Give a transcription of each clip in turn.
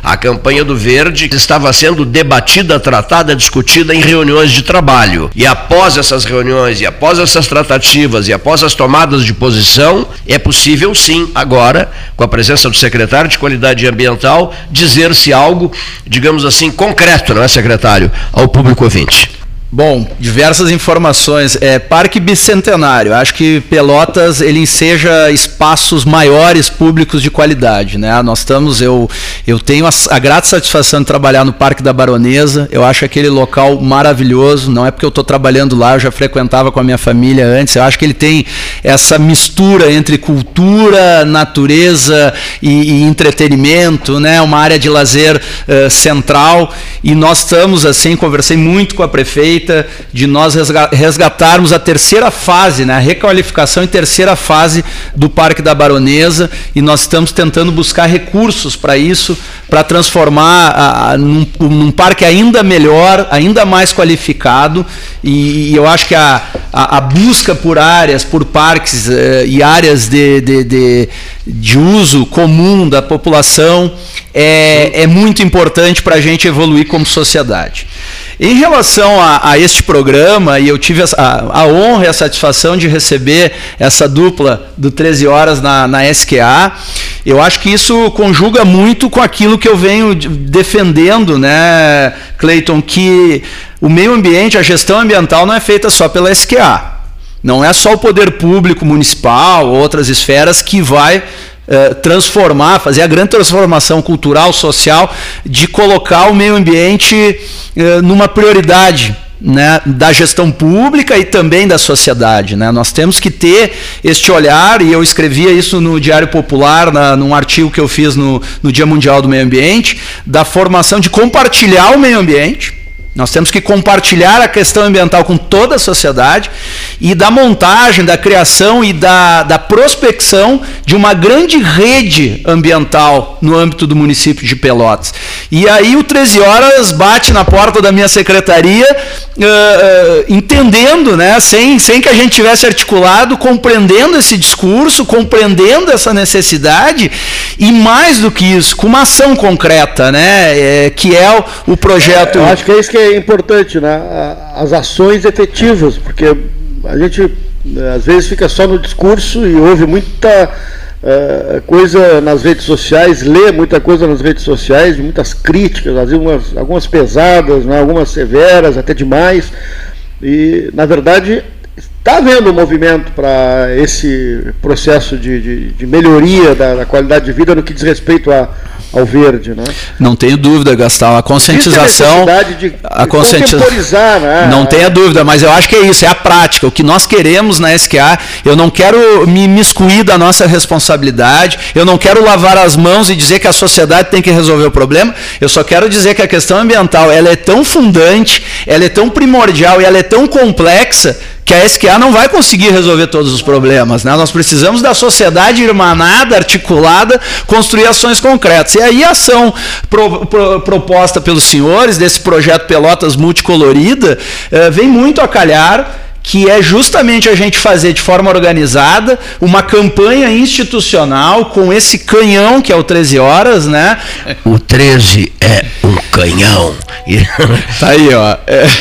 A campanha do Verde estava sendo debatida, tratada, discutida em reuniões de trabalho. E após essas reuniões, e após essas tratativas, e após as tomadas de posição, é possível sim, agora, com a presença do secretário de Qualidade Ambiental, dizer-se algo, digamos assim, concreto, não é, secretário, ao público ouvinte. Bom, diversas informações. Parque Bicentenário, acho que Pelotas ele enseja espaços maiores públicos de qualidade, né? Nós estamos, eu tenho a grata satisfação de trabalhar no Parque da Baronesa. Eu acho aquele local maravilhoso. Não é porque eu estou trabalhando lá, eu já frequentava com a minha família antes. Eu acho que ele tem essa mistura entre cultura, natureza e entretenimento, né? Uma área de lazer central. E nós estamos assim, conversei muito com a prefeita de nós resgatarmos a terceira fase, né, a requalificação em terceira fase do Parque da Baronesa, e nós estamos tentando buscar recursos para isso, para transformar num parque ainda melhor, ainda mais qualificado, e eu acho que a busca por áreas, por parques e áreas de uso comum da população é muito importante para a gente evoluir como sociedade. Em relação a este programa, e eu tive a honra e a satisfação de receber essa dupla do 13 Horas na SQA, eu acho que isso conjuga muito com aquilo que eu venho defendendo, né, Cleiton, que o meio ambiente, a gestão ambiental não é feita só pela SQA. Não é só o poder público municipal ou outras esferas que vai transformar, fazer a grande transformação cultural, social, de colocar o meio ambiente numa prioridade, né, da gestão pública e também da sociedade, né? Nós temos que ter este olhar, e eu escrevia isso no Diário Popular, num artigo que eu fiz no Dia Mundial do Meio Ambiente, da formação de compartilhar o meio ambiente. Nós temos que compartilhar a questão ambiental com toda a sociedade, e da montagem, da criação e da prospecção de uma grande rede ambiental no âmbito do município de Pelotas. E aí o 13 Horas bate na porta da minha secretaria, entendendo, né, sem que a gente tivesse articulado, compreendendo esse discurso, compreendendo essa necessidade, e mais do que isso, com uma ação concreta, né, que é o projeto... Eu acho que é isso que é importante, né? As ações efetivas, porque a gente às vezes fica só no discurso e ouve muita coisa nas redes sociais, lê muita coisa nas redes sociais, muitas críticas, às vezes algumas pesadas, né? Algumas severas, até demais, e na verdade está havendo um movimento para esse processo de melhoria da qualidade de vida no que diz respeito ao verde, né? Não tenho dúvida, Gastão, a conscientização, contemporizar, né? Não tenha dúvida, mas eu acho que é isso, é a prática, o que nós queremos na SQA. Eu não quero me imiscuir da nossa responsabilidade, eu não quero lavar as mãos e dizer que a sociedade tem que resolver o problema, eu só quero dizer que a questão ambiental, ela é tão fundante, ela é tão primordial e ela é tão complexa, que a SQA não vai conseguir resolver todos os problemas, né? Nós precisamos da sociedade irmanada, articulada, construir ações concretas. E aí a ação proposta pelos senhores, desse projeto Pelotas Multicolorida, vem muito a calhar, que é justamente a gente fazer de forma organizada uma campanha institucional com esse canhão que é o 13 Horas, né? O 13 é um canhão. Tá aí, ó.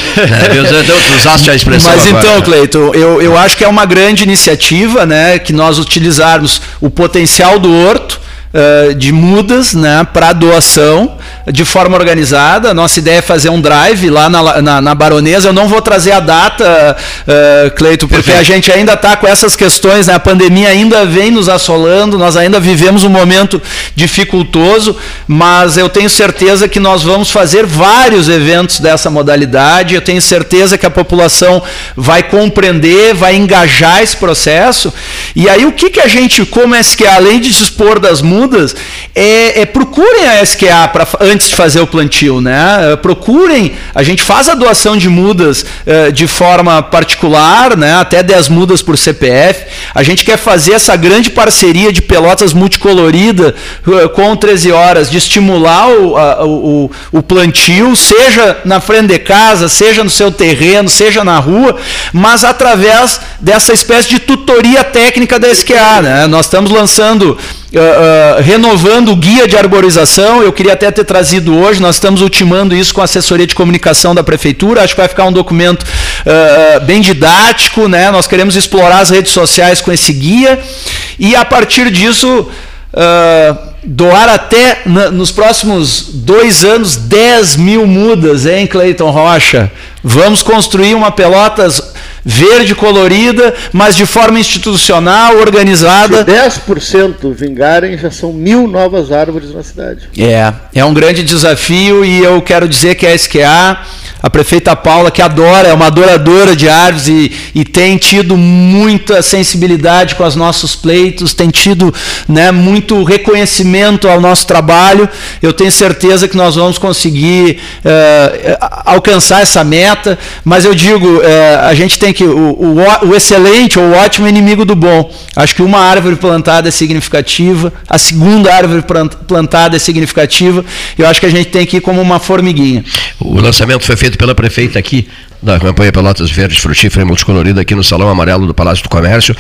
Tu usaste a expressão. Mas agora, então, né? Cleiton, eu acho que é uma grande iniciativa, né, que nós utilizarmos o potencial do horto de mudas, né, para doação de forma organizada. Nossa ideia é fazer um drive lá na Baronesa. Eu não vou trazer a data, Cleiton, porque a gente ainda está com essas questões, né? A pandemia ainda vem nos assolando, nós ainda vivemos um momento dificultoso, mas eu tenho certeza que nós vamos fazer vários eventos dessa modalidade. Eu tenho certeza que a população vai compreender, vai engajar esse processo. E aí o que a gente, como SQA, além de dispor das mudas, procurem a SQA antes de fazer o plantio, né? Procurem, a gente faz a doação de mudas de forma particular, né? Até 10 mudas por CPF. A gente quer fazer essa grande parceria de Pelotas Multicolorida com 13 Horas, de estimular o plantio, seja na frente de casa, seja no seu terreno, seja na rua, mas através dessa espécie de tutoria técnica da SQA, né? Nós estamos lançando renovando o guia de arborização. Eu queria até ter trazido hoje, nós estamos ultimando isso com a assessoria de comunicação da prefeitura, acho que vai ficar um documento bem didático, né? Nós queremos explorar as redes sociais com esse guia e a partir disso doar até nos próximos 2 anos 10 mil mudas, hein, Cleiton Rocha? Vamos construir uma Pelotas verde colorida, mas de forma institucional, organizada. Se 10% vingarem, já são 1000 novas árvores na cidade. É um grande desafio e eu quero dizer que a SQA, a prefeita Paula, que adora, é uma adoradora de árvores e tem tido muita sensibilidade com os nossos pleitos, tem tido, né, muito reconhecimento ao nosso trabalho. Eu tenho certeza que nós vamos conseguir alcançar essa meta, mas eu digo, a gente tem que, o excelente ou o ótimo é inimigo do bom. Acho que uma árvore plantada é significativa, a segunda árvore plantada é significativa, eu acho que a gente tem que ir como uma formiguinha. O lançamento foi feito pela prefeita aqui da campanha Pelotas Verdes Frutífera e Multicolorida aqui no Salão Amarelo do Palácio do Comércio.